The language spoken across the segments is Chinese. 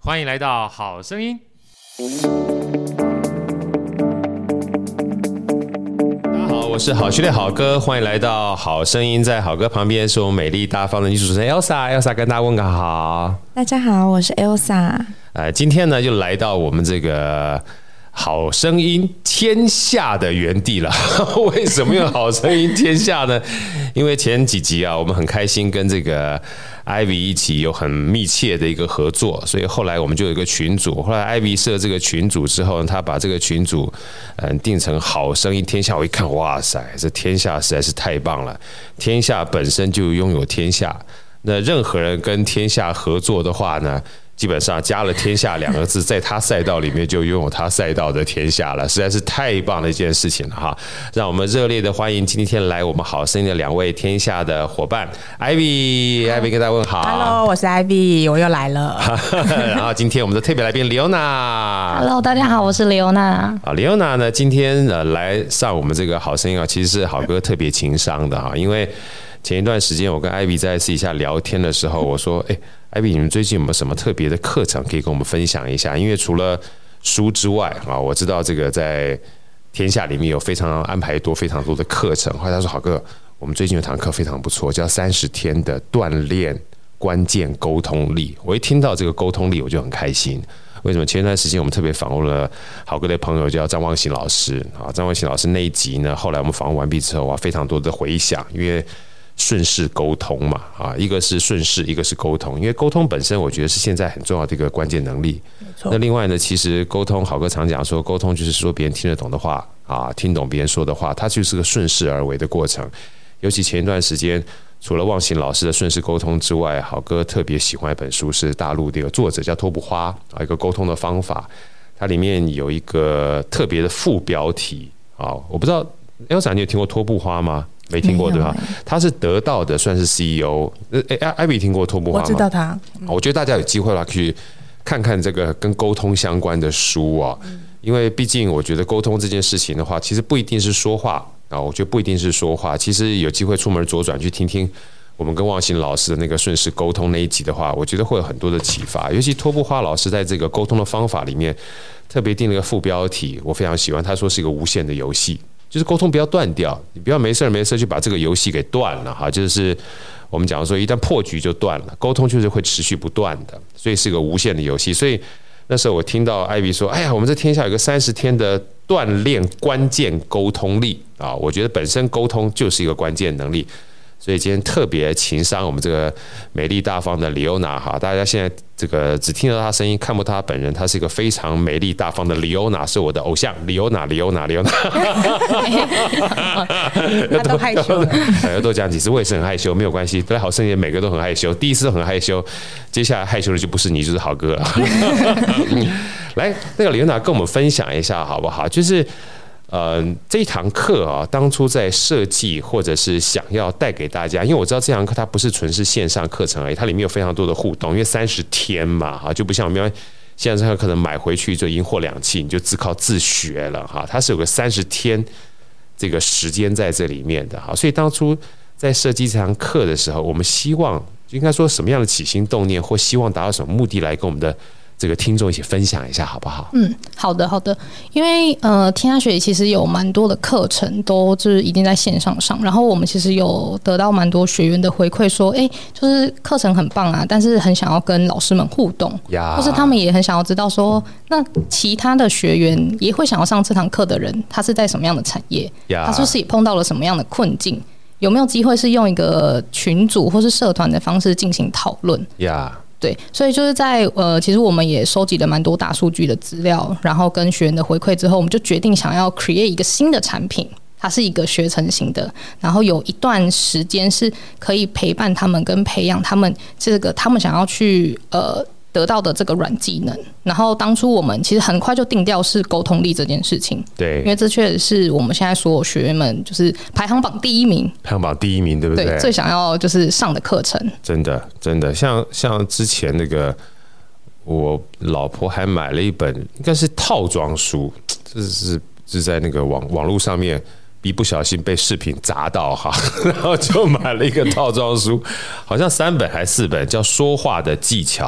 欢迎来到好声音。大家好，我是好序列好哥，欢迎来到好声音。在好哥旁边是我们美丽大方的女主持人 Elsa 跟大家问个好。 大家好，我是 Elsa。 今天呢，就来到我们这个好声音天下的原地了。为什么用好声音天下呢？因为前几集啊，我们很开心跟这个 Ivy 一起有很密切的一个合作，所以后来我们就有一个群组。后来 Ivy 设这个群组之后，他把这个群组定成好声音天下。我一看，哇塞，这天下实在是太棒了！天下本身就拥有天下，那任何人跟天下合作的话呢，基本上加了天下两个字，在他赛道里面就拥有他赛道的天下了，实在是太棒的一件事情了哈！让我们热烈的欢迎今天来我们好声音的两位天下的伙伴 ，Ivy 跟大家问好。 Hello， 我是 Ivy， 我又来了。 然后今天我们的特别来宾 Leona。Hello， 大家好，我是 Leona。 Leona 呢，今天来上我们这个好声音啊，其实是好哥特别情商的哈，因为前一段时间我跟 Ivy 在私底下聊天的时候，我说，Ivy， 你们最近有没有什么特别的课程可以跟我们分享一下？因为除了书之外啊，我知道这个在天下里面有非常多的课程。后来他说，好哥，我们最近有堂课非常不错，叫30天的锻炼关键沟通力。我一听到这个沟通力，我就很开心。为什么？前一段时间我们特别访问了好哥的朋友叫张望行老师啊，张望行老师那一集呢，后来我们访问完毕之后啊，非常多的回响，因为顺势沟通嘛，一个是顺势，一个是沟通。因为沟通本身，我觉得是现在很重要的一个关键能力。那另外呢，其实沟通，好哥常讲说，沟通就是说别人听得懂的话啊，听懂别人说的话，它就是个顺势而为的过程。尤其前一段时间，除了望行老师的顺势沟通之外，好哥特别喜欢一本书，是大陆的一个作者叫托布花啊，一个沟通的方法。它里面有一个特别的副标题啊，我不知道 Elsa 你有听过托布花吗？没听过对吧？他是得到的，算是 CEO。Ivy 听过托布花吗？ 我知道他。 我觉得大家有机会的话，去看看这个跟沟通相关的书啊。因为毕竟我觉得沟通这件事情的话，其实不一定是说话啊。我觉得不一定是说话，其实有机会出门左转去听听我们跟望行老师的那个顺势沟通那一集的话，我觉得会有很多的启发。尤其托布花老师在这个沟通的方法里面，特别定了一个副标题，我非常喜欢。他说是一个无限的游戏。就是沟通不要断掉，你不要没事去把这个游戏给断了哈。就是我们讲说，一旦破局就断了，沟通就是会持续不断的，所以是个无限的游戏。所以那时候我听到 Ivy 说，哎呀，我们这天下有个30天的锻炼关键沟通力啊，我觉得本身沟通就是一个关键能力。所以今天特别情商我们这个美丽大方的 Leona 哈，大家现在这个只听到她声音，看不到她本人，她是一个非常美丽大方的 Leona， 是我的偶像 Leona。 他都害羞了， 都讲几次，我也是很害羞，没有关系。来好声音每个都很害羞，第一次都很害羞，接下来害羞的就不是你，就是好哥了。来，那个 Leona 跟我们分享一下好不好？就是这一堂课啊，当初在设计或者是想要带给大家，因为我知道这堂课它不是纯是线上课程而已，它里面有非常多的互动，因为30天嘛，就不像我们线上课可能买回去就银货两讫，你就只靠自学了哈，它是有个30天这个时间在这里面的哈，所以当初在设计这堂课的时候，我们希望应该说什么样的起心动念，或希望达到什么目的来跟我们的这个听众一起分享一下好不好？ 好的。因为天下学习其实有蛮多的课程都就是已经在线上上，然后我们其实有得到蛮多学员的回馈说，就是课程很棒啊，但是很想要跟老师们互动，或是他们也很想要知道说，那其他的学员也会想要上这堂课的人，他是在什么样的产业，他是不是也碰到了什么样的困境？有没有机会是用一个群组或是社团的方式进行讨论？对，所以就是在其实我们也收集了蛮多大数据的资料，然后跟学员的回馈之后，我们就决定想要 create 一个新的产品，它是一个学程型的，然后有一段时间是可以陪伴他们跟培养他们他们想要去得到的这个软技能。然后当初我们其实很快就定调是沟通力这件事情， 对， 因为这确实是我们现在所有学员们就是排行榜第一名， 对不对？ 对，最想要就是上的课程，真的，像之前那个我老婆还买了一本应该是套装书，这是在那个网络上面。一不小心被视频砸到哈，然后就买了一个套装书，好像3本还4本，叫《说话的技巧》。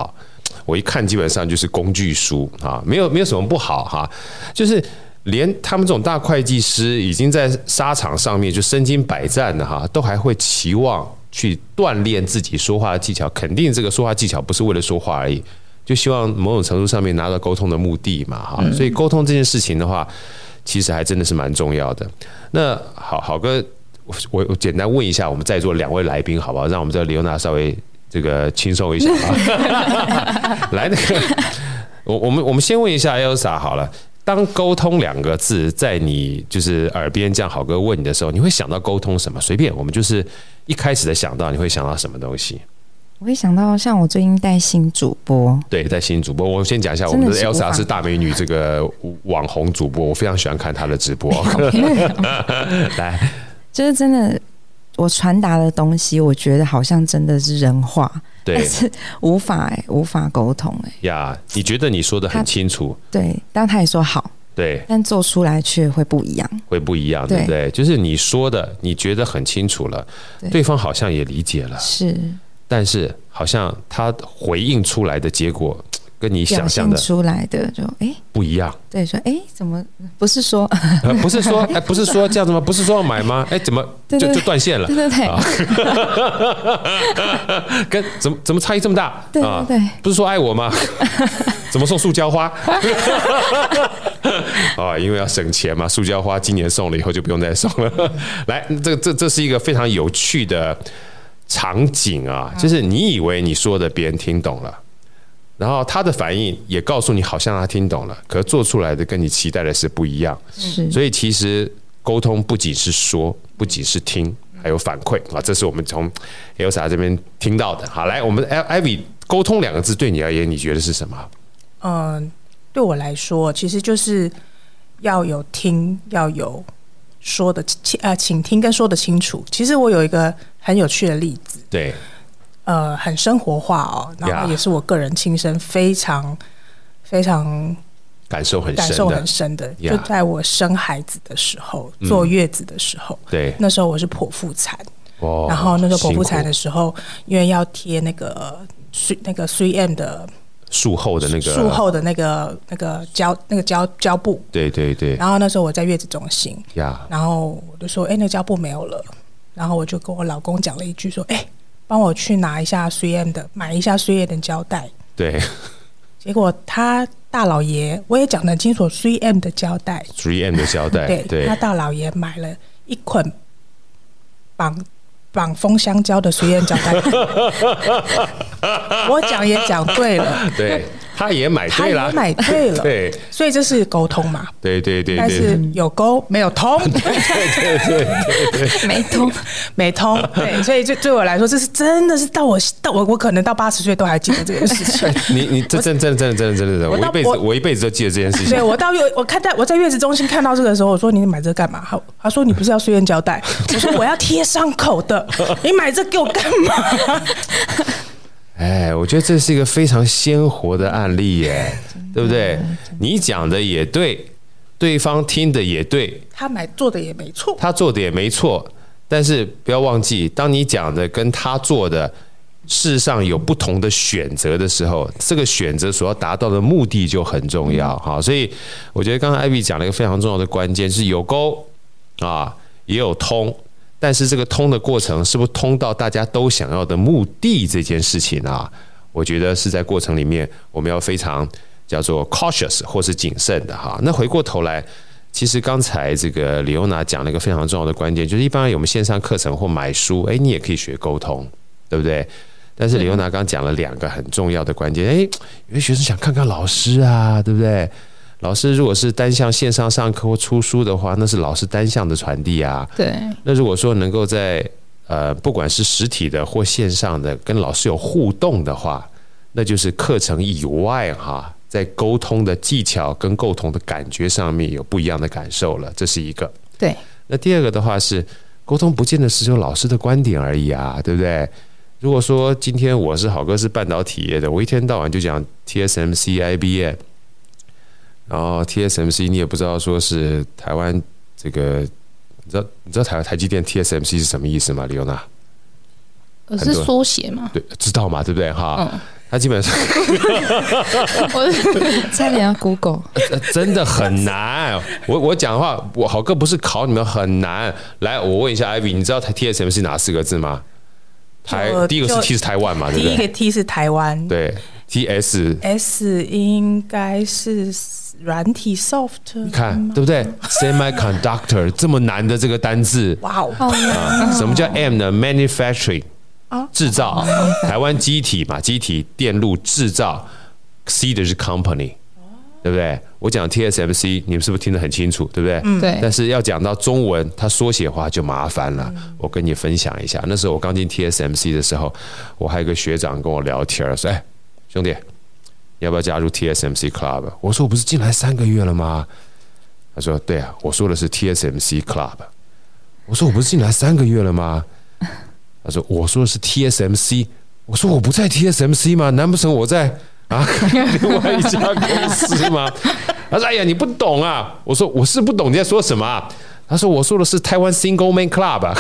我一看基本上就是工具书啊，没有什么不好哈，就是连他们这种大会计师已经在沙场上面就身经百战的哈，都还会期望去锻炼自己说话的技巧，肯定这个说话技巧不是为了说话而已，就希望某种程度上面拿到沟通的目的嘛哈，所以沟通这件事情的话，其实还真的是蛮重要的。那好哥，我简单问一下我们在座2位来宾好不好？让我们这里欧娜稍微这个轻松一下啊。来，那个我们先问一下 Elsa 好了。当沟通2个字在你就是耳边这样好哥问你的时候，你会想到沟通什么？随便，我们就是一开始的想到，你会想到什么东西？ 我会想到像我最近带新主播， 对，带新主播。我先讲一下，我们的 Elsa 是大美女这个网红主播，我非常喜欢看她的直播。来， 就是真的，我传达的东西，我觉得好像真的是人话，但是无法沟通呀。你觉得你说的很清楚， 对，但他也说好， 对， 但做出来却会不一样， 对不对？就是你说的，你觉得很清楚了，对方好像也理解了， 是， 但是好像他回应出来的结果跟你想象的出来的就不一样。 对，说怎么不是说不是说这样子吗？不是说要买吗？怎么就断线了？ 对， 跟怎么差异这么大？ 对， 不是说爱我吗？怎么送塑胶花？因为要省钱嘛，塑胶花今年送了，以后就不用再送了。来，这是一个非常有趣的场景啊，就是你以为你说的别人听懂了。然后他的反应也告诉你，好像他听懂了，可是做出来的跟你期待的是不一样。所以其实沟通不仅是说，不仅是听，还有反馈啊，这是我们从 Elsa 这边听到的。好，来，我们 Ivy 沟通2个字对你而言，你觉得是什么？ 对我来说，其实就是要有听，要有说的倾听跟说的清楚。其实我有一个很有趣的例子， 对。 很生活化哦，然后也是我个人亲身非常非常感受很深的， 就在我生孩子的时候，坐月子的时候， 对， 那时候我是剖腹产，然后那个剖腹产的时候，因为要贴那个 3M 的术后的那个胶布， 对， 然后那时候我在月子中心，然后我就说，那个胶布没有了，然后我就跟我老公讲了一句说，帮我去拿一下 3M 的，买一下 3M 的胶带。 对， 结果他大老爷，我也讲得很清楚 ，3M 的胶带 ，3M 的胶带， 对，他大老爷买了一捆绑封香蕉的 3M 胶带。我讲也讲对了， 对。他也买对了， 对，所以这是沟通嘛？ 对， 但是有沟没有通， 对， 没通，对，所以就对我来说，这是真的是到我可能到80岁都还记得这件事情。 你这真的，我一辈子都记得这件事情。 对，我在月子中心看到这个的时候，我说你买这干嘛？他说你不是要睡胶带？我说我要贴伤口的，你买这给我干嘛？ 我觉得这是一个非常鲜活的案例耶，对不对？你讲的也对，对方听的也对， 他做的也没错，但是不要忘记，当你讲的跟他做的事实上有不同的选择的时候，这个选择所要达到的目的就很重要。好，所以我觉得刚刚 Ivy 讲了一个非常重要的关键，是有沟也有通。但是这个通的过程是不是通到大家都想要的目的这件事情啊？我觉得是在过程里面我们要非常叫做 cautious 或是谨慎的哈。那回过头来，其实刚才这个李欧娜讲了一个非常重要的关键，就是一般我们线上课程或买书，你也可以学沟通，对不对？但是李欧娜刚讲了2个很重要的关键，有些学生想看看老师啊，对不对？老师如果是单向线上上课或出书的话，那是老师单向的传递啊。 对。 那如果说能够在不管是实体的或线上的跟老师有互动的话，那就是课程以外在沟通的技巧跟沟通的感觉上面有不一样的感受了，这是一个。 对。 那第2个的话是沟通不见得是只有老师的观点而已啊，对不对？如果说今天我是好哥是半导体业的，我一天到晚就讲 TSMC、IBM。然后 TSMC 你也不知道说是台湾这个，你知道台积电 TSMC 是什么意思吗？李欧娜？ 是缩写吗？ 对，知道嘛，对不对哈？ 他基本上差点要 Google， 真的很难。我讲的话，我好哥不是考你们很难。来，我问一下 Ivy， 你知道 TSMC 哪4个字吗？第一个是 T 是台湾嘛，对不对？ 第一个 T 是台湾， 对 ，S 应该是软体 soft， 你看对不对 ？Semiconductor 这么难的这个单字， 哇哦， 好难什么叫 M 呢 ？Manufacturing 制造，台湾机体嘛，机体电路制造 ，C 的是 company， 对不对？我讲 TSMC， 你们是不是听得很清楚，对不对？ 对。 但是要讲到中文，它缩写化就麻烦了。我跟你分享一下，那时候我刚进 TSMC 的时候，我还有一个学长跟我聊天，说：“哎，兄弟，你要不要加入 TSMC Club？” 我说：“我不是进来3个月了吗？”他说：“对啊，我说的是 TSMC Club。”我说：“我不是进来3个月了吗？”他说：“我说的是 TSMC。”我说：“我不在 TSMC 吗？难不成我在另外一家公司吗？”他说：“哎呀，你不懂啊！”我说：“我是不懂你在说什么啊？”他说：“我说的是台湾 Single Man Club。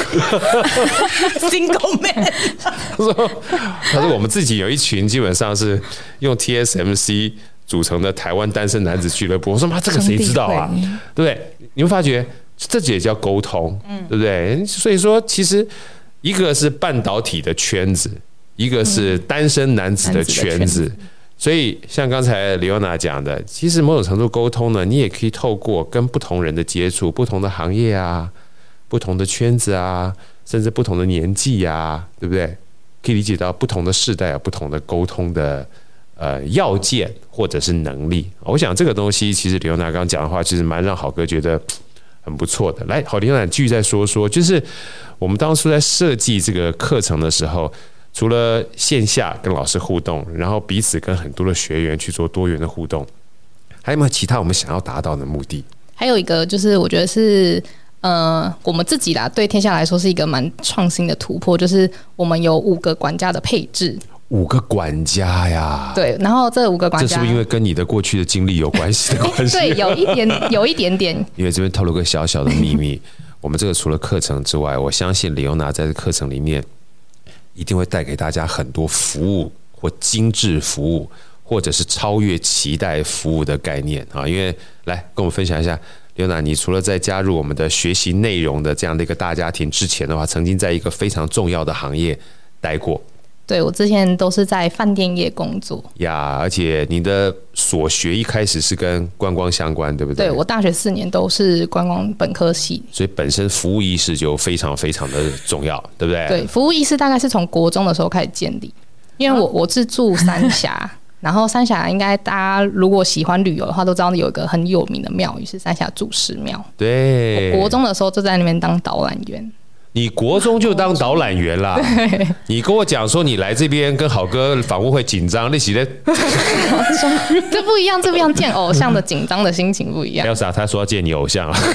Single Man。” 他说我们自己有一群基本上是用 TSMC 组成的台湾单身男子俱乐部。我说妈，这个谁知道啊？对不对？你会发觉这也叫沟通，对不对？所以说，其实一个是半导体的圈子，一个是单身男子的圈子。所以像刚才李欧娜讲的，其实某种程度沟通呢，你也可以透过跟不同人的接触，不同的行业啊，不同的圈子啊，甚至不同的年纪啊，对不对？可以理解到不同的世代有不同的沟通的要件或者是能力。我想这个东西其实李欧娜刚刚讲的话，其实蛮让好哥觉得很不错的。来，好，李欧娜继续再说说，就是我们当初在设计这个课程的时候，除了线下跟老师互动，然后彼此跟很多的学员去做多元的互动，还有没有其他我们想要达到的目的？ 还有一个就是我觉得是我们自己啦，对天下来说是一个蛮创新的突破，就是我们有5个管家的配置。 5个管家呀？对， 然后这5个管家， 这是不是因为跟你的过去的经历有关系的关系？ 对，有一点点。 因为这边透露个小小的秘密，我们这个除了课程之外，我相信李欧娜在这课程里面一定会带给大家很多服务或精致服务，或者是超越期待服务的概念啊！因为来跟我们分享一下，李欧娜，你除了在加入我们的学习内容的这样的一个大家庭之前的话，曾经在一个非常重要的行业待过。 对，我之前都是在饭店业工作呀，而且你的所学一开始是跟观光相关，对不对？ 对，我大学4年都是观光本科系， 所以本身服务意识就非常非常的重要，对不对？ 对，服务意识大概是从国中的时候开始建立，因为我是住三峡，然后三峡应该大家如果喜欢旅游的话，都知道有一个很有名的庙宇是三峡祖师庙。 对， 我国中的时候就在那边当导览员。 你国中就当导览员啦？你跟我讲说你来这边跟好哥访问会紧张，那起的这不一样，这不一样，见偶像的紧张的心情不一样。 不要傻，他说要见你偶像啊！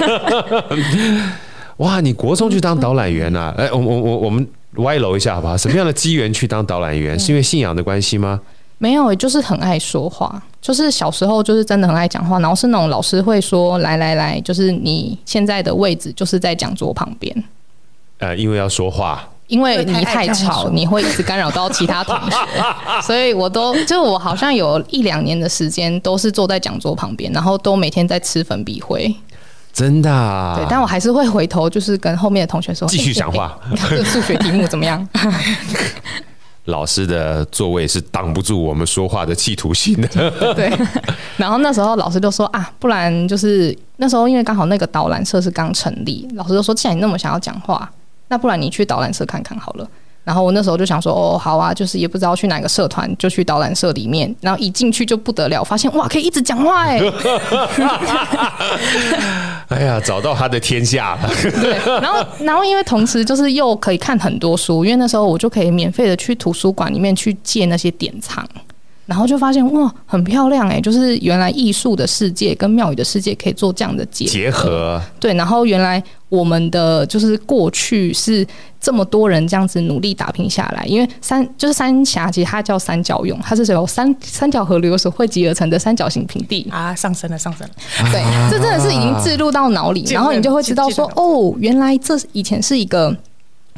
哇，你国中就当导览员啊？哎，我们歪楼一下好不好？什么样的机缘去当导览员？是因为信仰的关系吗？ 没有，就是很爱说话，就是小时候就是真的很爱讲话，然后是那种老师会说来，就是你现在的位置就是在讲桌旁边。 因为要说话， 因为你太吵，你会一直干扰到其他同学，所以我好像有1-2年的时间都是坐在讲桌旁边，然后都每天在吃粉笔灰。 真的啊？ 对，但我还是会回头，就是跟后面的同学说， 继续讲话。 你看这个数学题目怎么样？ 老师的座位是挡不住我们说话的企图心的。 对，然后那时候老师就说啊，不然就是那时候因为刚好那个导览社是刚成立，老师就说，既然你那么想要讲话，那不然你去导览社看看好了。然后我那时候就想说，哦，好啊，就是也不知道去哪个社团，就去导览社里面。然后一进去就不得了，发现哇，可以一直讲话哎！ 哎呀，找到他的天下了。 对，然后因为同时就是又可以看很多书，因为那时候我就可以免费的去图书馆里面去借那些典藏。然后就发现哇，很漂亮哎！就是原来艺术的世界跟庙宇的世界可以做这样的结合。对，然后原来我们的就是过去是这么多人这样子努力打拼下来，因为三峡其实它叫三角涌，它是由三条河流所汇集而成的三角形平地啊，上升了。 对，这真的是已经置入到脑里，然后你就会知道说，哦，原来这以前是一个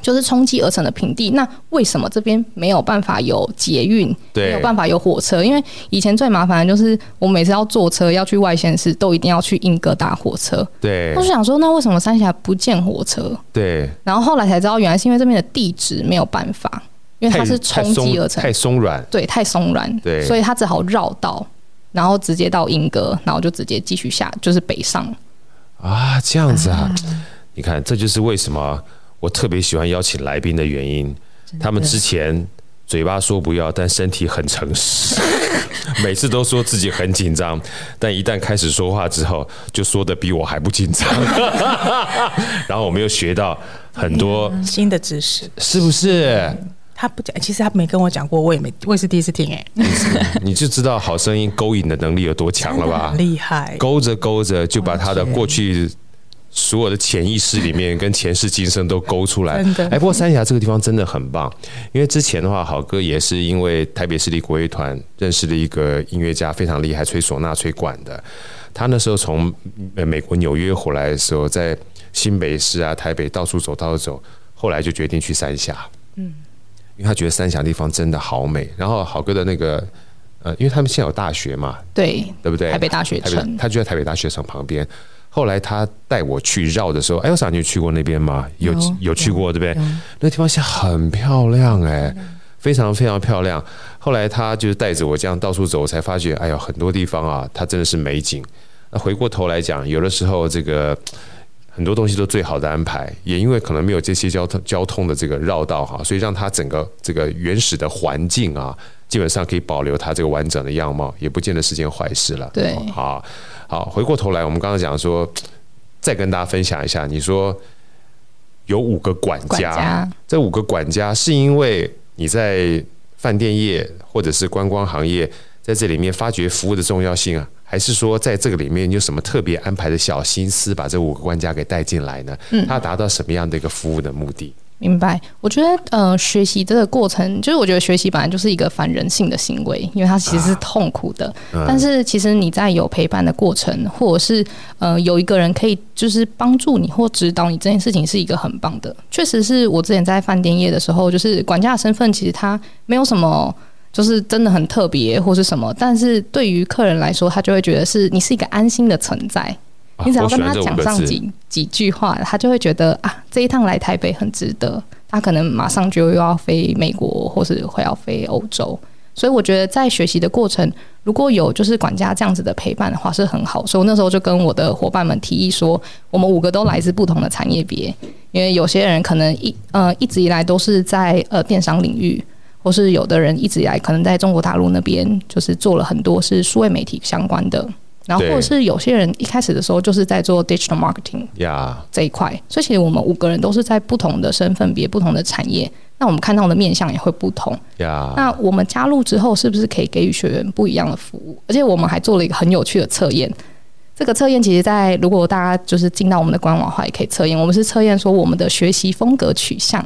就是冲积而成的平地，那为什么这边没有办法有捷运，没有办法有火车？因为以前最麻烦的就是我每次要坐车要去外县市，都一定要去鶯歌搭火车。 对， 我就想说，那为什么三峡不建火车？ 对， 然后后来才知道，原来是因为这边的地质没有办法，因为它是冲积而成， 太松软， 对，太松软， 对， 所以它只好绕道，然后直接到鶯歌，然后就直接继续下，就是北上啊，这样子啊。你看，这就是为什么我特别喜欢邀请来宾的原因。他们之前嘴巴说不要，但身体很诚实，每次都说自己很紧张，但一旦开始说话之后，就说的比我还不紧张。然后我们又学到很多新的知识， 是不是？ 他不讲，其实他没跟我讲过，我也是第一次听你就知道好声音勾引的能力有多强了吧？ 很厉害， 勾着勾着就把他的过去所有的潜意识里面跟前世今生都勾出来。 真的， 不过三峡这个地方真的很棒，因为之前的话，好哥也是因为台北市立国乐团认识了一个音乐家，非常厉害，吹唢呐、吹管的。他那时候从美国纽约回来的时候，在新北市啊、台北到处走，后来就决定去三峡。因为他觉得三峡地方真的好美。然后好哥的那个因为他们现在有大学嘛，对不对？ 台北大学城， 他就在台北大学城旁边。后来他带我去绕的时候，我想你去过那边吗？有去过对不对？那地方现在很漂亮非常非常漂亮。后来他就是带着我这样到处走，我才发觉很多地方啊，它真的是美景。那回过头来讲，有的时候这个很多东西都最好的安排，也因为可能没有这些交通的这个绕道哈，所以让它整个这个原始的环境啊，基本上可以保留它这个完整的样貌，也不见得是件坏事了。 对， 好，回过头来，我们刚刚讲说，再跟大家分享一下，你说有5个管家，这5个管家是因为你在饭店业或者是观光行业在这里面发掘服务的重要性啊，还是说在这个里面有什么特别安排的小心思，把这5个管家给带进来呢？它达到什么样的一个服务的目的？ 明白。我觉得学习这个过程，就是我觉得学习本来就是一个反人性的行为，因为它其实是痛苦的。但是其实你在有陪伴的过程，或者是有一个人可以就是帮助你或指导你，这件事情是一个很棒的。确实是我之前在饭店业的时候，就是管家的身份，其实他没有什么。就是真的很特别或是什么，但是对于客人来说，他就会觉得是你是一个安心的存在。你只要跟他讲上几句话，他就会觉得这一趟来台北很值得。他可能马上就又要飞美国，或是会要飞欧洲。所以我觉得在学习的过程，如果有就是管家这样子的陪伴的话，是很好。所以我那时候就跟我的伙伴们提议说，我们5个都来自不同的产业别，因为有些人可能一直以来都是在电商领域。或是有的人一直以来可能在中国大陆那边就是做了很多是数位媒体相关的，然后或者是有些人一开始的时候就是在做 digital marketing 这一块，所以其实我们5个人都是在不同的身份别、不同的产业，那我们看到的面向也会不同。那我们加入之后，是不是可以给予学员不一样的服务？而且我们还做了一个很有趣的测验。这个测验其实在如果大家就是进到我们的官网的话，也可以测验。我们是测验说我们的学习风格取向。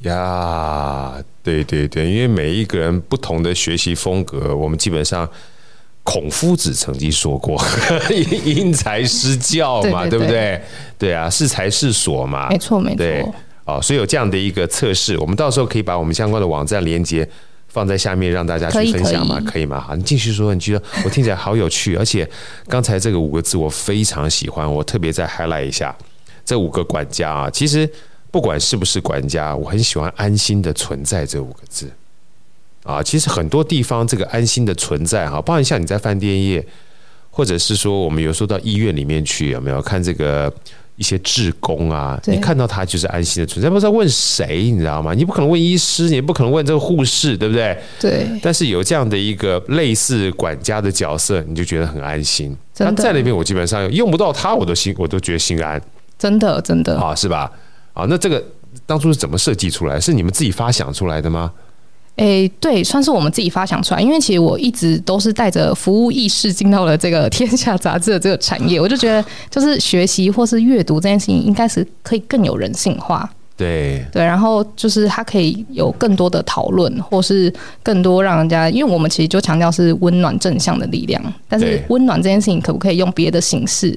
对，因为每一个人不同的学习风格，我们基本上孔夫子曾经说过因材施教嘛，对不对？对啊，适才适所嘛， 没错对。所以有这样的一个测试，我们到时候可以把我们相关的网站连结放在下面让大家去分享吗？可以吗？好，你继续说，你觉得我听起来好有趣，而且刚才这个5个字我非常喜欢，我特别再 highlight 一下这5个管家啊，其实不管是不是管家，我很喜欢安心的存在这5个字其实很多地方这个安心的存在包含像你在饭店业，或者是说我们有时候到医院里面去，有没有看这个一些志工啊？你看到他就是安心的存在，不知道问谁，你知道吗？你不可能问医师，你也不可能问这个护士，对不对？ 对。 但是有这样的一个类似管家的角色，你就觉得很安心。他在那边，我基本上用不到他，我都觉得心安。 真的是吧？那这个当初是怎么设计出来？是你们自己发想出来的吗？ 对，算是我们自己发想出来。因为其实我一直都是带着服务意识进到了这个天下杂志的这个产业，我就觉得就是学习或是阅读这件事情，应该是可以更有人性化。对，然后就是它可以有更多的讨论，或是更多让人家，因为我们其实就强调是温暖正向的力量，但是温暖这件事情可不可以用别的形式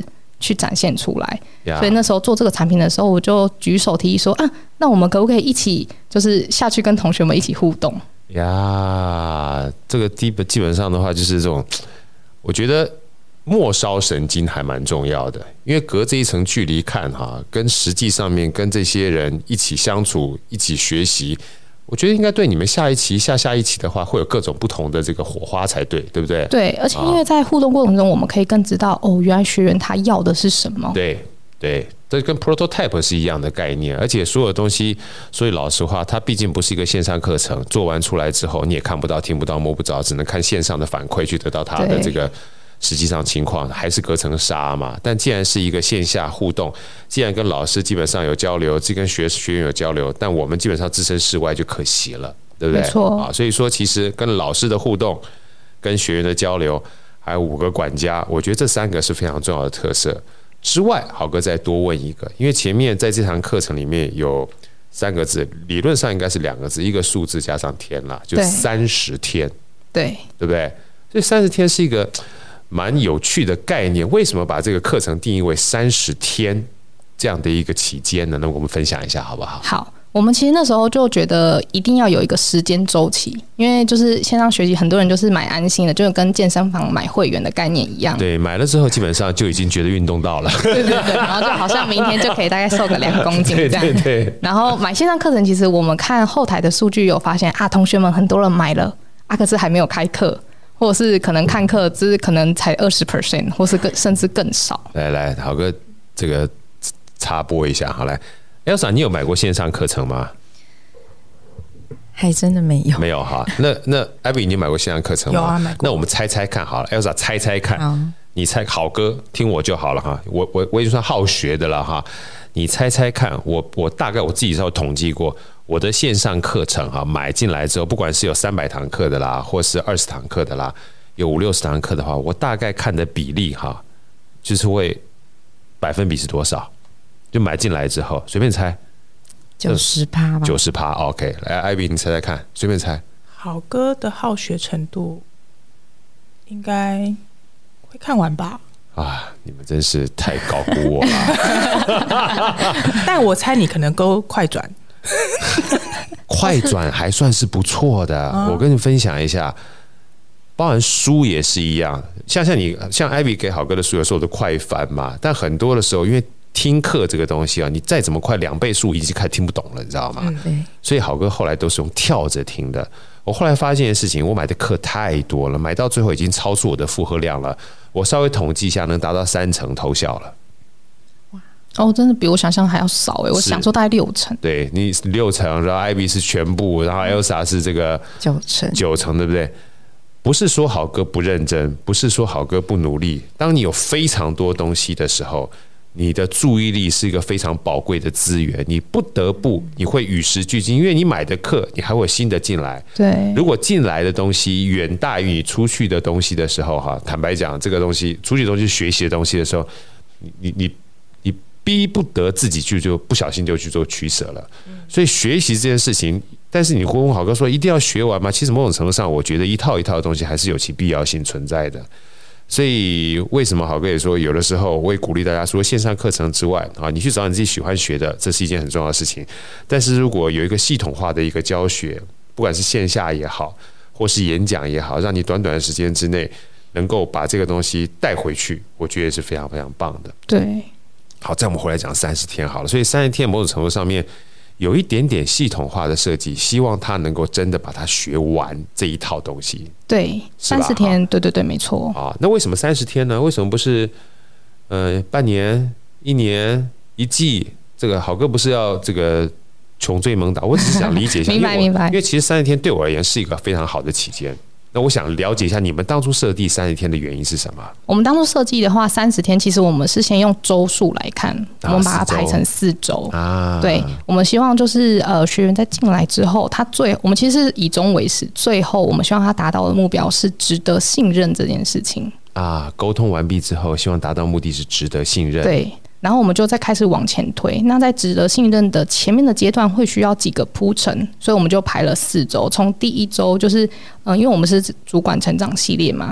去展现出来。所以那时候做这个产品的时候，我就举手提议说啊，那我们可不可以一起就是下去跟同学们一起互动呀？这个基本上的话就是这种，我觉得末梢神经还蛮重要的，因为隔这一层距离看哈，跟实际上面跟这些人一起相处、一起学习，我觉得应该对你们下一期、下一期的话，会有各种不同的这个火花才对，对不对？ 对，而且因为在互动过程中，我们可以更知道哦，原来学员他要的是什么。 对，这跟 prototype 是一样的概念，而且所有东西，所以老实话，它毕竟不是一个线上课程，做完出来之后你也看不到、听不到、摸不着，只能看线上的反馈去得到它的这个实际上情况，还是隔层纱嘛。但既然是一个线下互动，既然跟老师基本上有交流，既跟学员有交流，但我们基本上置身事外就可惜了，对不对？ 没错啊，所以说其实跟老师的互动、跟学员的交流，还有5个管家，我觉得这3个是非常重要的特色。之外，豪哥再多问一个，因为前面在这堂课程里面有3个字，理论上应该是2个字，一个数字加上天啦，就30天， 对不对？所以30天是一个蛮有趣的概念。为什么把这个课程定义为30天这样的一个期间呢？那我们分享一下好不好？ 好。我们其实那时候就觉得一定要有一个时间周期，因为就是线上学习，很多人就是买安心的，就是跟健身房买会员的概念一样。 对，买了之后基本上就已经觉得运动到了。 对，然后就好像明天就可以大概瘦个2公斤这样。 对。 然后买线上课程，其实我们看后台的数据有发现啊，同学们很多人买了啊，可是还没有开课，或者是可能看课只是可能才20%，或是甚至更少。 来，豪哥这个插播一下，好来。Elsa， 你有买过线上课程吗？ 还真的没有， 没有哈。那 Abby， 你买过线上课程吗？ 有啊，买过。 那我们猜猜看好了 ，Elsa 猜看，你猜好哥听我就好了哈。我也算好学的了哈。你猜猜看，我大概我自己稍微统计过，我的线上课程哈，买进来之后，不管是有300堂课的啦，或是20堂课的啦，有50-60堂课的话，我大概看的比例哈，就是会%比是多少？就买进来之后，随便猜 ，90%吧 ，90%。OK， 来，艾比，你猜猜看，随便猜。 好哥的好学程度应该会看完吧？ 啊，你们真是太高估我了。 但我猜你可能勾快转， 快转还算是不错的。我跟你分享一下，包含书也是一样，像艾比给好哥的书，有时候我都快翻嘛，但很多的时候因为听课这个东西啊，你再怎么快2倍速已经开始听不懂了，你知道吗？所以好哥后来都是用跳着听的。我后来发现一件事情，我买的课太多了，买到最后已经超出我的负荷量了。我稍微统计一下，能达到30%偷笑了。 哦，真的比我想象还要少哎！我想说大概60%。 对，你60%，然后 IB 是全部，然后 Elsa 是这个9%，对不对？不是说好哥不认真，不是说好哥不努力。当你有非常多东西的时候，你的注意力是一个非常宝贵的资源，你不得不你会与时俱进，因为你买的课，你还会有新的进来。 对， 如果进来的东西远大于你出去的东西的时候，哈，坦白讲，这个东西出去的东西、学习的东西的时候，你逼不得自己就不小心就去做取舍了。所以学习这件事情，但是你问好哥说一定要学完吗？其实某种程度上，我觉得一套一套的东西还是有其必要性存在的。所以为什么好哥也说，有的时候我也鼓励大家，除了线上课程之外啊，你去找你自己喜欢学的，这是一件很重要的事情。但是如果有一个系统化的一个教学，不管是线下也好，或是演讲也好，让你短短的时间之内能够把这个东西带回去，我觉得是非常非常棒的。 对， 好，再我们回来讲30天好了。所以30天某种程度上面有一点点系统化的设计，希望他能够真的把它学完这一套东西。 对，30天，对，没错。 啊，那为什么30天呢？为什么不是半年、1年、1季？这个好哥不是要这个穷追猛打，我只是想理解一下。 明白。 因为其实30天对我而言是一个非常好的期间。那我想了解一下你们当初设定30天的原因是什么？ 我们当初设计的话，30天其实我们是先用周数来看，我们把它排成4周。对，我们希望就是学员在进来之后，我们其实是以终为始，最后我们希望他达到的目标是值得信任这件事情。 沟通完毕之后，希望达到目的是值得信任。 对。然后我们就再开始往前推，那在值得信任的前面的阶段会需要几个铺陈，所以我们就排了4周。从第1周就是因为我们是主管成长系列嘛，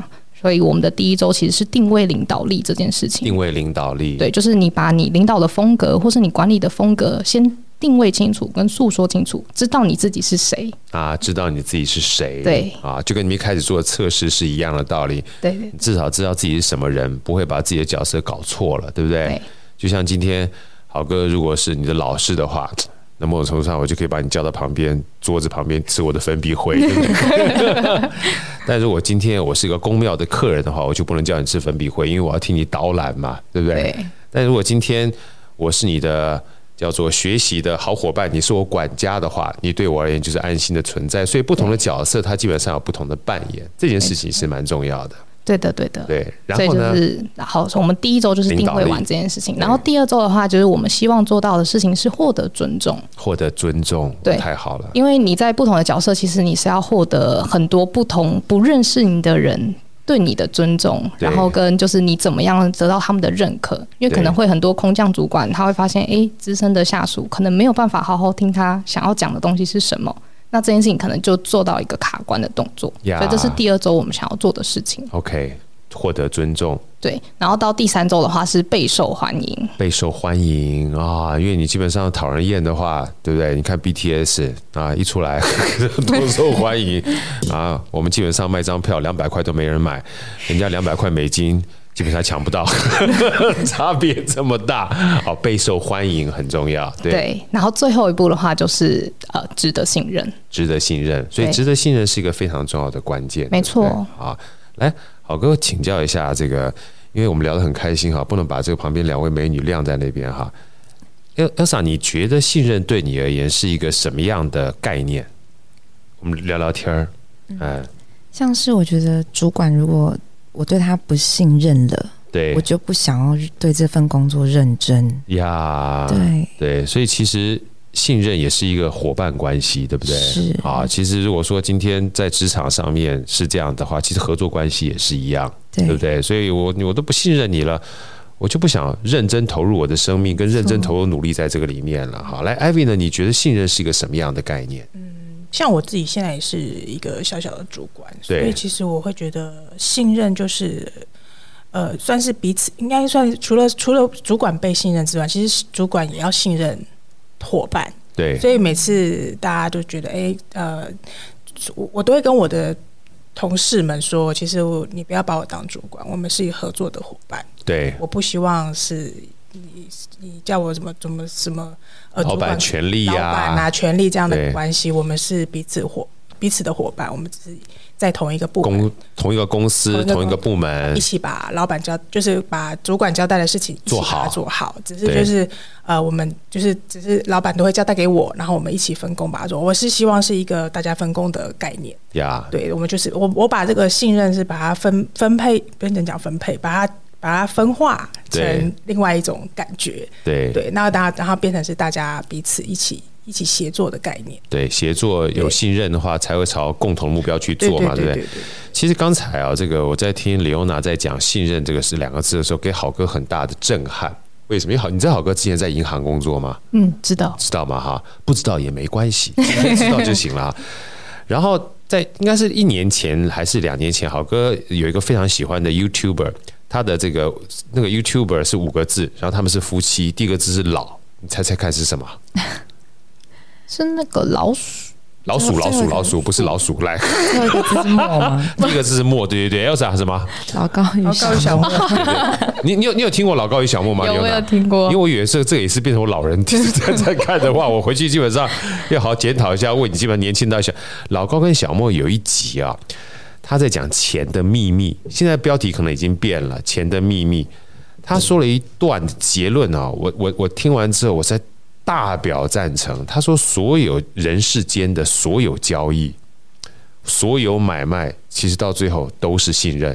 所以我们的第一周其实是定位领导力这件事情。 定位领导力， 对，就是你把你领导的风格或是你管理的风格先定位清楚跟诉说清楚，知道你自己是谁啊，知道你自己是谁， 对啊，就跟你们一开始做的测试是一样的道理。 对， 你至少知道自己是什么人，不会把自己的角色搞错了，对不对？ 对， 就像今天好哥如果是你的老师的话，那某种程度上我就可以把你叫到旁边桌子旁边吃我的粉笔灰，对不对？但如果今天我是一个宫庙的客人的话，我就不能叫你吃粉笔灰，因为我要替你导览嘛，对不对？ 对。 但如果今天我是你的叫做学习的好伙伴，你是我管家的话，你对我而言就是安心的存在。所以不同的角色，它基本上有不同的扮演，这件事情是蛮重要的。 对的，对的， 对。然后呢？ 好，我们第一周就是定位完这件事情，然后第二周的话，就是我们希望做到的事情是获得尊重。 获得尊重，对，太好了。 因为你在不同的角色，其实你是要获得很多不同不认识你的人对你的尊重，然后跟就是你怎么样得到他们的认可，因为可能会很多空降主管他会发现，资深的下属可能没有办法好好听他想要讲的东西是什么，那这件事情可能就做到一个卡关的动作，所以这是第二周我们想要做的事情。 OK， 获得尊重。 对，然后到第三周的话是备受欢迎。 备受欢迎啊，因为你基本上讨人厌的话，对不对？你看 BTS 啊，一出来多受欢迎啊，我们基本上卖张票200块都没人买，人家200块美金基本上抢不到，差别这么大。好，备受欢迎很重要。 对，然后最后一步的话就是值得信任。 值得信任，所以值得信任是一个非常重要的关键。 没错。 好，来，好哥请教一下这个。因为我们聊得很开心哈，不能把这个旁边2位美女晾在那边哈。Elsa， 你觉得信任对你而言是一个什么样的概念？我们聊聊天儿。 像是我觉得主管如果我对他不信任了， 对， 我就不想要对这份工作认真呀。对，所以其实信任也是一个伙伴关系，对不对？ 是啊，其实如果说今天在职场上面是这样的话，其实合作关系也是一样，对不对？所以我都不信任你了，我就不想认真投入我的生命跟认真投入努力在这个里面了。好，来 Ivy 呢？你觉得信任是一个什么样的概念？ 像我自己现在也是一个小小的主管，所以其实我会觉得信任就是算是彼此，应该算除了主管被信任之外，其实主管也要信任伙伴。 对， 所以每次大家都觉得我都会跟我的同事们说，其实你不要把我当主管，我们是一个合作的伙伴。 对， 我不希望是你叫我什么老板权力啊， 老板权力这样的关系，我们是彼此的伙伴，我们只是在同一个部门、 同一个公司、同一个部门， 一起把老板就是把主管交代的事情一起把它做好。只是就是我们就是只是老板都会交代给我，然后我们一起分工把它做。我是希望是一个大家分工的概念。对，我们就是我把这个信任是把它分配，不能讲分配，把它分化成另外一种感觉。对，那然后变成是大家彼此一起协作的概念。对， 协作有信任的话，才会朝共同目标去做嘛，对不对？其实刚才这个我在听Leona在讲信任这个是2个字的时候，给好哥很大的震撼。为什么？你知道好哥之前在银行工作吗？ 知道吗？哈，不知道也没关系，今天知道就行了。然后在应该是1年前还是2年前，好哥有一个非常喜欢的 YouTuber， 他的那个 YouTuber 是5个字，然后他们是夫妻，第一个字是老，你猜猜看是什么？ 是那个老鼠，不是老鼠。来， 第二个字是墨吗？ 第一个字是墨，对。Elsa 什么？ 老高与小莫。 你有听过老高与小莫吗？ 有，我有听过。 因为我以为这也是变成我老人在看的话，我回去基本上要好好检讨一下，问你基本上年轻到小。老高跟小莫有一集啊，他在讲钱的秘密，现在标题可能已经变了，钱的秘密。他说了一段结论啊，我听完之后，我在大表赞成。他说，所有人世间的所有交易、所有买卖，其实到最后都是信任。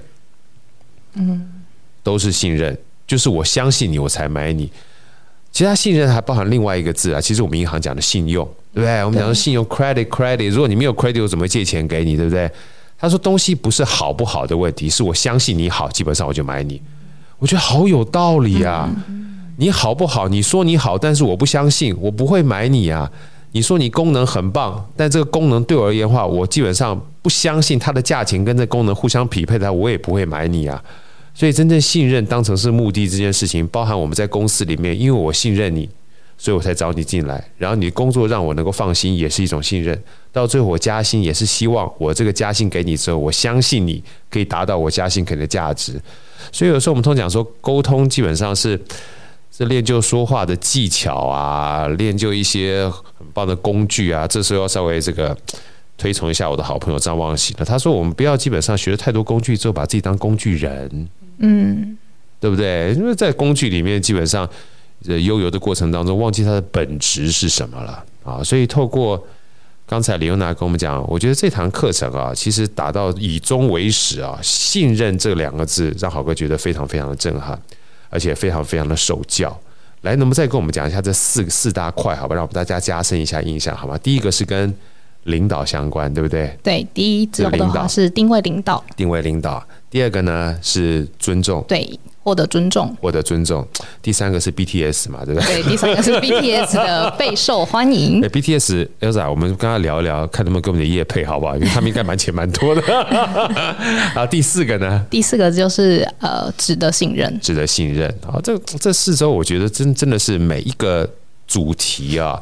都是信任，就是我相信你，我才买你。其实他信任还包含另外一个字啊，其实我们银行讲的信用，对不对？我们讲说信用 credit， 如果你没有 credit， 我怎么会借钱给你，对不对？他说东西不是好不好的问题，是我相信你好，基本上我就买你。我觉得好有道理啊！你好不好？你说你好，但是我不相信，我不会买你啊。你说你功能很棒，但这个功能对我而言的话，我基本上不相信它的价钱跟这功能互相匹配的，我也不会买你啊。所以真正信任当成是目的这件事情，包含我们在公司里面，因为我信任你，所以我才找你进来，然后你工作让我能够放心，也是一种信任。到最后我加薪也是希望我这个加薪给你之后，我相信你可以达到我加薪给你的价值。所以有时候我们通常讲说，沟通基本上是练就说话的技巧啊，练就一些很棒的工具啊。这时候要稍微这个推崇一下我的好朋友张望喜了。他说我们不要基本上学了太多工具之后，把自己当工具人，对不对？因为在工具里面基本上悠游的过程当中，忘记它的本质是什么了啊。所以透过刚才李优娜跟我们讲，我觉得这堂课程啊，其实达到以终为始啊，信任这2个字，让好哥觉得非常非常的震撼，而且非常非常的受教。来，能不能再跟我们讲一下这四大块，好吧？让我们大家加深一下印象，好吗？第一个是跟领导相关，对不对？ 对，第一种的话是定位领导， 定位领导。第二个呢是尊重， 对，获得尊重， 获得尊重。第三个是 BTS 嘛，对不对？ 对，第三个是 BTS 的备受欢迎。 BTS Elsa， 我们跟他聊一聊，看能不能给我们的业配，好不好？因为他们应该钱蛮多的。然后第四个呢？第四个就是值得信任，值得信任。好，这4周我觉得真的是每一个主题啊，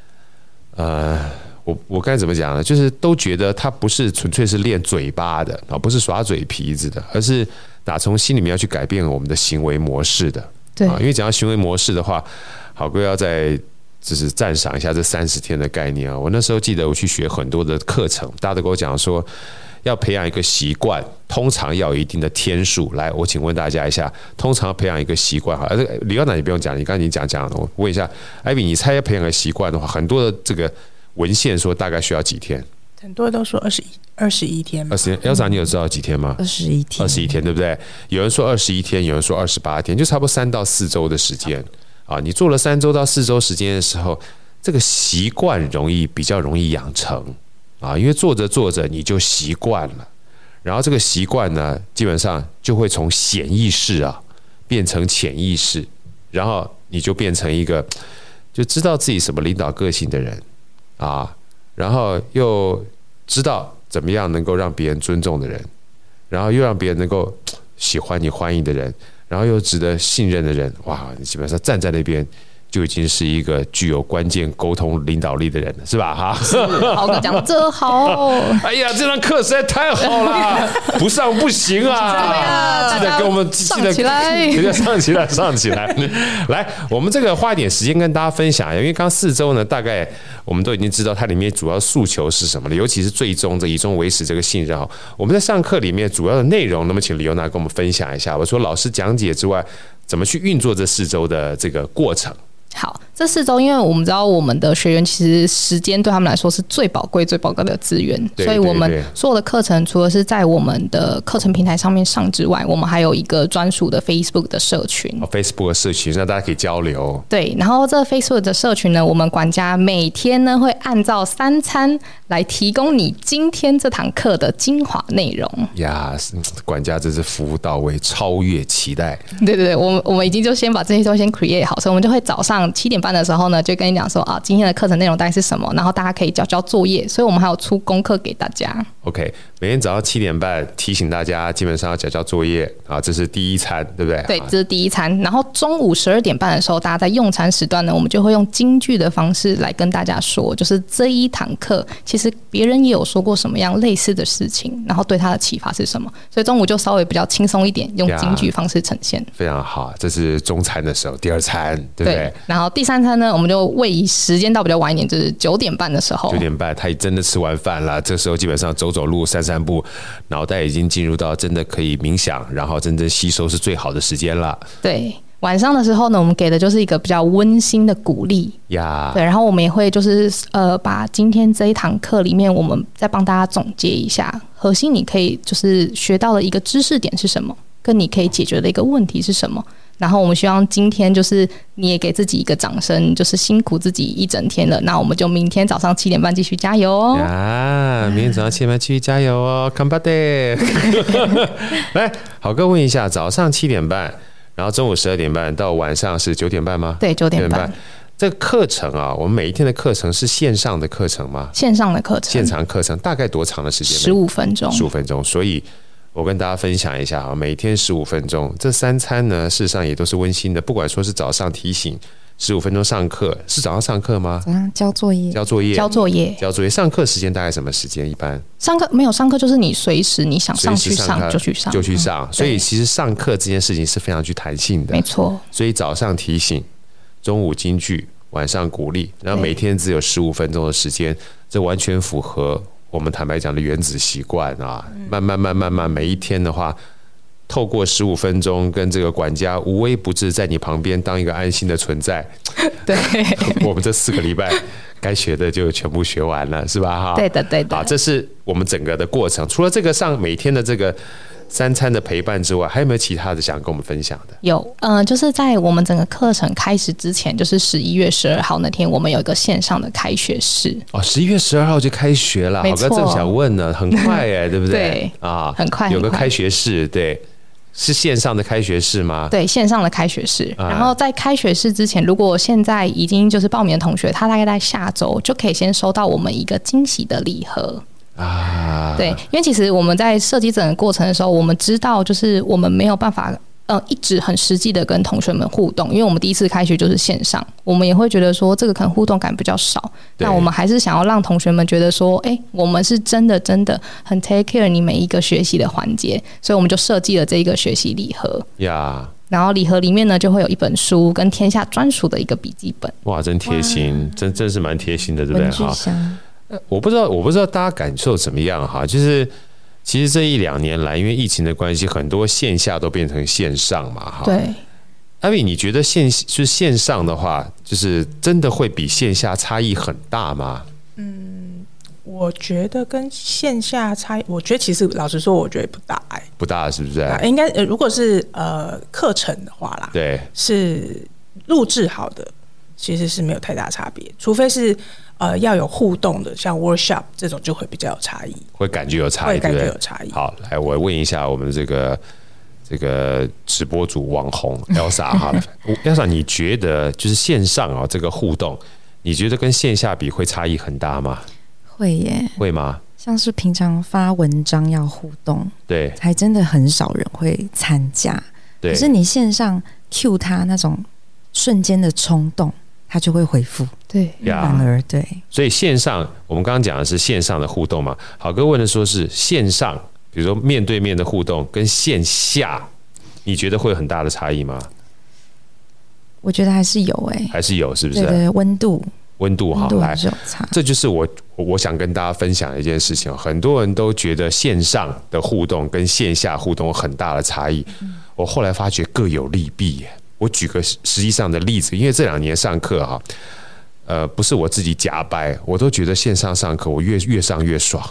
我该怎么讲呢？就是都觉得它不是纯粹是练嘴巴的啊，不是耍嘴皮子的，而是打从心里面要去改变我们的行为模式的。对啊，因为讲到行为模式的话，好哥要再就是赞赏一下这30天的概念啊。我那时候记得我去学很多的课程，大家都跟我讲说，要培养一个习惯，通常要有一定的天数。来，我请问大家一下，通常培养一个习惯哈，李耀南你不用讲，你刚才已经讲了，我问一下，艾比，你猜要培养个习惯的话，很多的这个文献说大概需要几天？ 很多都说21天嘛。 Elsa， 你有知道几天吗 ？21天 ，21天，对不对？有人说21天，有人说28天，就差不多3到4周的时间啊。你做了3周到4周时间的时候，这个习惯比较容易养成啊，因为做着做着你就习惯了，然后这个习惯呢，基本上就会从显意识啊变成潜意识，然后你就变成一个就知道自己什么领导个性的人啊，然后又知道怎么样能够让别人尊重的人，然后又让别人能够喜欢你欢迎的人，然后又值得信任的人，哇，你基本上站在那边就已经是一个具有关键沟通领导力的人了，是吧？哈， 豪哥讲这好， 哎呀，这堂课实在太好了，不上不行啊！记得给我们上起来， 上起来！来，我们这个花一点时间跟大家分享，因为刚4周呢，大概我们都已经知道它里面主要诉求是什么了，尤其是最终以终为始这个信任。我们在上课里面主要的内容，那么请李优娜跟我们分享一下。我说老师讲解之外，怎么去运作这4周的这个过程？ 好，这4周，因为我们知道我们的学员其实时间对他们来说是最宝贵的资源，所以我们所有的课程除了是在我们的课程平台上面上之外，我们还有一个专属的 Facebook 的社群。 Facebook 的社群让大家可以交流。 对，然后这 Facebook 的社群呢，我们管家每天呢会按照3餐来提供你今天这堂课的精华内容。 呀，管家真是服务到位，超越期待。 对，我们已经就先把这些都先 create 好，所以我们就会早上7点半的时候呢，就跟你讲说啊，今天的课程内容大概是什么，然后大家可以交作业，所以我们还有出功课给大家。 OK， 每天早上7点半提醒大家，基本上要交作业啊，这是第一餐，对不对？ 对，这是第一餐。然后中午12点半的时候，大家在用餐时段呢，我们就会用金句的方式来跟大家说，就是这一堂课其实别人也有说过什么样类似的事情，然后对他的启发是什么，所以中午就稍微比较轻松一点，用金句方式呈现。 非常好，这是中餐的时候，第2餐，对不对？ 对，然后第3餐呢，我们就位移时间到比较晚一点，就是9点半的时候。9 点半，他真的吃完饭了，这时候基本上走路、散步，脑袋已经进入到真的可以冥想，然后真正吸收是最好的时间了。 对，晚上的时候呢，我们给的就是一个比较温馨的鼓励呀。对，然后我们也会就是把今天这一堂课里面，我们再帮大家总结一下核心，你可以就是学到的一个知识点是什么，跟你可以解决的一个问题是什么。然后我们希望今天就是你也给自己一个掌声，就是辛苦自己一整天了。那我们就明天早上7点半继续加油哦！ 啊，明天早上7点半继续加油哦 ，Come back day！ 来，好哥问一下，早上7点半，然后中午12点半到晚上是9点半吗？ 对，9点半。 这个课程啊，我们每一天的课程是线上的课程吗？ 线上的课程， 现场课程大概多长的时间 ？15分钟。 15分钟，所以我跟大家分享一下啊，每天15分钟，这3餐呢，事实上也都是温馨的。不管说是早上提醒15分钟上课，是早上上课吗？ 早上交作业， 上课时间大概什么时间？一般上课没有上课，就是你随时你想上去上就去上， 所以其实上课这件事情是非常具弹性的， 没错。 所以早上提醒，中午金句，晚上鼓励，然后每天只有15分钟的时间，这完全符合我们坦白讲的原子习惯啊。慢慢，每一天的话，透过15分钟跟这个管家无微不至在你旁边当一个安心的存在， 对， 我们这4个礼拜该学的就全部学完了，是吧？ 对的。 好，这是我们整个的过程。除了这个上每天的这个3餐的陪伴之外，还有没有其他的想跟我们分享的？ 有，就是在我们整个课程开始之前，就是11月12号那天，我们有一个线上的开学式。 11月12号就开学了，好哥正想问呢，很快耶，对不对？ 对啊，很快， 有个开学式，对。是线上的开学式吗？ 对，线上的开学式。然后在开学式之前，如果现在已经就是报名的同学，他大概在下周就可以先收到我们一个惊喜的礼盒啊。对，因为其实我们在设计整个过程的时候，我们知道就是我们没有办法一直很实际的跟同学们互动，因为我们第一次开学就是线上，我们也会觉得说这个可能互动感比较少。那我们还是想要让同学们觉得说，我们是真的很 take care 你每一个学习的环节，所以我们就设计了这一个学习礼盒呀。然后礼盒里面呢，就会有一本书跟天下专属的一个笔记本。 哇，真贴心，真是蛮贴心的，对不对？哈，我不知道大家感受怎么样哈，就是。其实这1-2年来，因为疫情的关系，很多线下都变成线上嘛，哈。 对。 艾米，你觉得线上的话，就是真的会比线下差异很大吗？ 我觉得跟线下差异，我觉得其实老实说，我觉得不大不大是不是？ 应该如果是课程的话啦， 对， 是录制好的，其实是没有太大差别，除非是。要有互动的，像 workshop 这种就会比较有差异， 会感觉有差异， 会感觉有差异。 好，来我问一下我们的这个直播主网红 Elsa 哈，Elsa 你觉得就是线上这个互动，你觉得跟线下比会差异很大吗？ 会耶， 会吗？ 像是平常发文章要互动， 对， 还真的很少人会参加。可是你线上 cue 他那种瞬间的冲动。他就会回复， 对， 反而对， 所以线上我们刚刚讲的是线上的互动嘛？好哥问的说是线上，比如说面对面的互动跟线下，你觉得会有很大的差异吗？ 我觉得还是有还是有，是不是？ 对，温度好， 还是有差。 这就是我想跟大家分享的一件事情。很多人都觉得线上的互动跟线下互动有很大的差异，我后来发觉各有利弊耶。我举个实际上的例子，因为这2年上课哈，不是我自己假掰，我都觉得线上上课我越上越爽。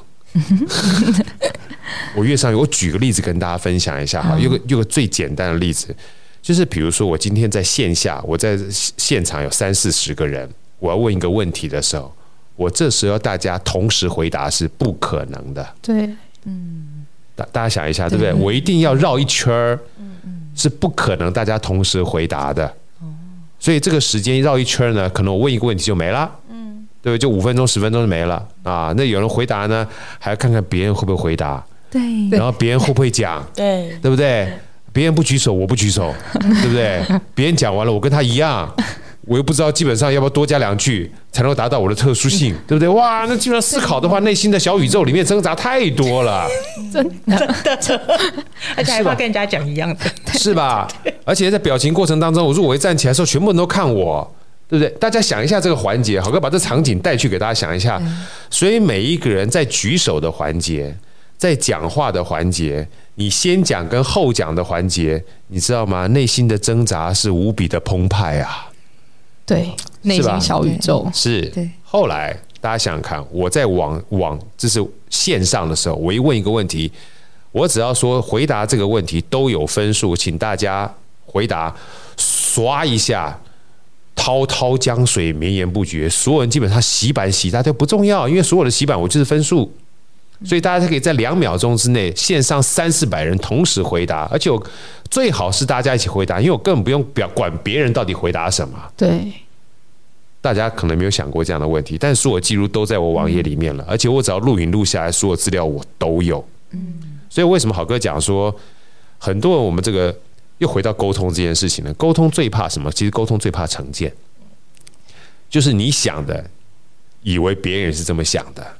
我举个例子跟大家分享一下哈，有个最简单的例子，就是比如说我今天在线下，我在现场有30-40个人，我要问一个问题的时候，我这时候大家同时回答是不可能的。 对， 大家想一下，对不对？我一定要绕一圈儿。是不可能大家同时回答的，所以这个时间绕一圈呢，可能我问一个问题就没了，对不对？就5分钟、10分钟就没了啊。那有人回答呢，还要看看别人会不会回答， 对， 然后别人会不会讲， 对不对？别人不举手，我不举手，对不对？别人讲完了，我跟他一样。我又不知道基本上要不要多加2句才能达到我的特殊性，对不对？哇，那基本上思考的话，内心的小宇宙里面挣扎太多了， 真的，而且还怕跟人家讲一样的， 是吧？而且在表情过程当中，我说我一站起来的时候，全部人都看我，对不对？大家想一下这个环节，好哥把这场景带去给大家想一下。所以每一个人在举手的环节，在讲话的环节，你先讲跟后讲的环节，你知道吗？内心的挣扎是无比的澎湃啊。 对，内心小宇宙是。对，后来大家想想看，我在网就是线上的时候，我一问一个问题，我只要说回答这个问题都有分数，请大家回答，刷一下，滔滔江水绵延不绝，所有人基本上洗版洗大都不重要，因为所有的洗版我就是分数。所以大家可以在2秒钟之内，线上300-400人同时回答，而且最好是大家一起回答，因为我根本不用管别人到底回答什么。 对， 大家可能没有想过这样的问题，但所有记录都在我网页里面了，而且我只要录影录下来，所有资料我都有。所以为什么好哥讲说，很多人我们这个又回到沟通这件事情呢？沟通最怕什么？其实沟通最怕成见，就是你想的，以为别人是这么想的。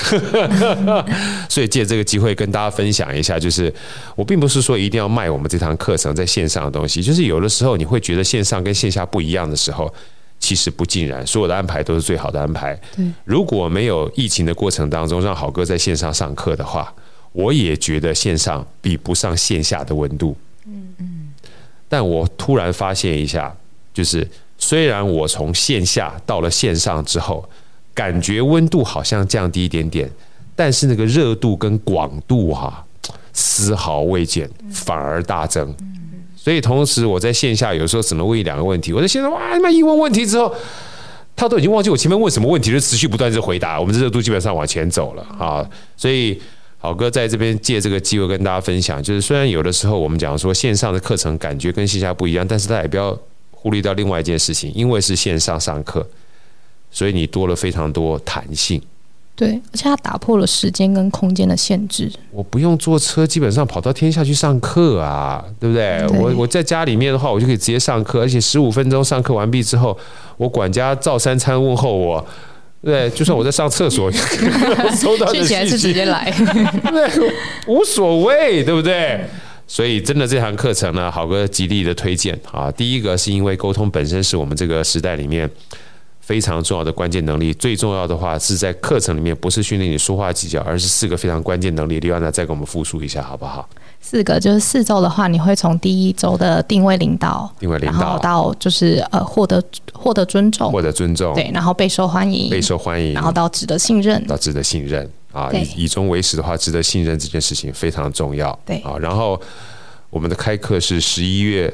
所以借这个机会跟大家分享一下，就是我并不是说一定要卖我们这堂课程在线上的东西，就是有的时候你会觉得线上跟线下不一样的时候，其实不尽然，所有的安排都是最好的安排。如果没有疫情的过程当中让好哥在线上上课的话，我也觉得线上比不上线下的温度。但我突然发现一下，就是虽然我从线下到了线上之后，感觉温度好像降低一点点，但是那个热度跟广度丝毫未减，反而大增。所以同时我在线下有时候只能问1-2个问题，我在线上一问问题之后，他都已经忘记我前面问什么问题，就持续不断的回答，我们这热度基本上往前走了啊。所以好哥在这边借这个机会跟大家分享，就是虽然有的时候我们讲说线上的课程感觉跟线下不一样，但是大家也不要忽略到另外一件事情，因为是线上上课，所以你多了非常多弹性。 对，而且它打破了时间跟空间的限制。 我不用坐车，基本上跑到天下去上课啊，对不对？我在家里面的话，我就可以直接上课，而且15分钟上课完毕之后，我管家照3餐问候我。对，就算我在上厕所，收到的讯息还是直接来， 对，无所谓，对不对？所以真的这堂课程呢，好哥极力的推荐啊。第一个是因为沟通本身是我们这个时代里面非常重要的关键能力，最重要的话是在课程里面不是训练你说话技巧，而是4个非常关键能力。李安娜再给我们复述一下好不好 ？4个就是4周的话，你会从第1周的定位领导，然后到就是获得尊重，对，然后备受欢迎，然后到值得信任， 啊，以终为始的话，值得信任这件事情非常重要。 对啊，然后我们的开课是11月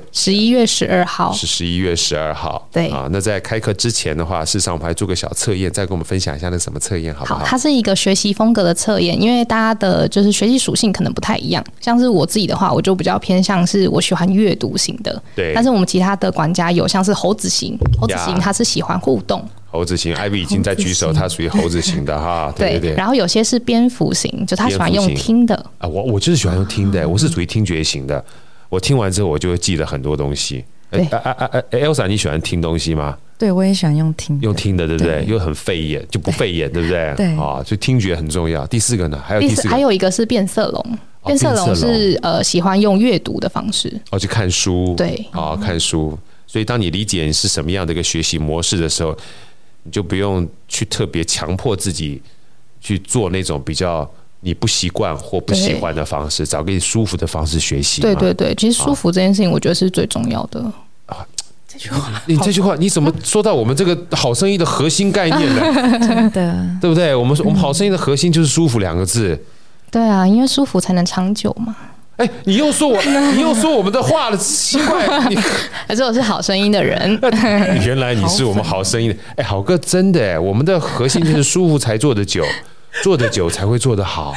12号，是11月12号。 对啊，那在开课之前的话，事实上我们还做个小测验，再跟我们分享一下那什么测验好不好？ 好，它是一个学习风格的测验，因为大家的就是学习属性可能不太一样。像是我自己的话，我就比较偏向是我喜欢阅读型的， 对。 但是我们其他的管家有像是猴子型，他是喜欢互动。 猴子型 ，Ivy 已经在举手，他属于猴子型的哈。对。 然后有些是蝙蝠型，就他喜欢用听的啊。我就是喜欢用听的，我是属于听觉型的。我听完之后，我就会记得很多东西。Elsa， 你喜欢听东西吗？ 对，我也喜欢用听的，对不对？又很费眼，就不费眼，对不对？ 对啊，所以听觉很重要。第4个呢？ 还有一个是变色龙。变色龙是喜欢用阅读的方式去看书。 对， 看书。所以当你理解你是什么样的一个学习模式的时候，你就不用去特别强迫自己去做那种比较你不习惯或不喜欢的方式，找个你舒服的方式学习。 对，其实舒服这件事情，我觉得是最重要的。 你这句话你怎么说到我们这个好声音的核心概念呢？ 真的， 对不对？我们好声音的核心就是舒服2个字。 对啊，因为舒服才能长久嘛。 你又说我们的话了，奇怪， 还是我是好声音的人。 原来你是我们好声音的。好哥，真的我们的核心就是舒服才做得久，做得久才会做得好。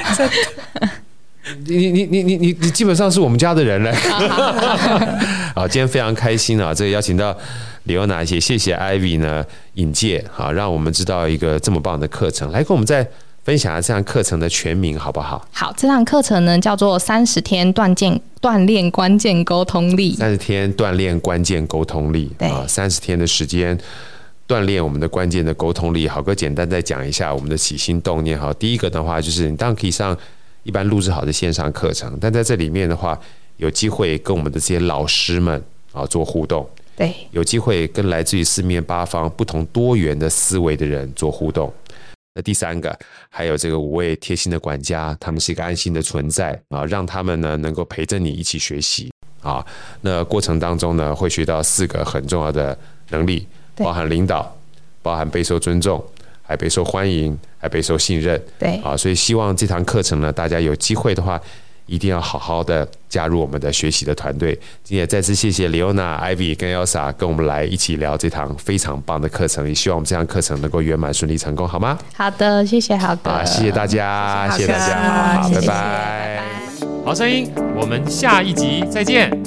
你基本上是我们家的人了。好，今天非常开心啊！这个邀请到李欧娜，也谢谢 Ivy 呢引介啊，让我们知道一个这么棒的课程，来跟我们再分享一下这堂课程的全名好不好？ 好，这堂课程呢叫做30天锻炼关键沟通力。 30天锻炼关键沟通力， 对啊，30天的时间锻炼我们的关键的沟通力。好哥简单再讲一下我们的起心动念。好，第一个的话就是你当然可以上一般录制好的线上课程，但在这里面的话，有机会跟我们的这些老师们做互动， 对， 有机会跟来自于4面8方不同多元的思维的人做互动。那第3个，还有这个5位贴心的管家，他们是一个安心的存在啊，让他们呢能够陪着你一起学习啊。那过程当中呢，会学到4个很重要的能力，包含领导，包含备受尊重，还备受欢迎，还备受信任。 对啊，所以希望这堂课程呢，大家有机会的话，一定要好好的加入我们的学习的团队。今天也再次谢谢 Leona、Ivy 跟 Elsa 跟我们来一起聊这堂非常棒的课程，也希望我们这堂课程能够圆满顺利成功，好吗？ 好的，谢谢好哥， 谢谢大家，谢谢大家，好，拜拜。 好声音，我们下一集再见。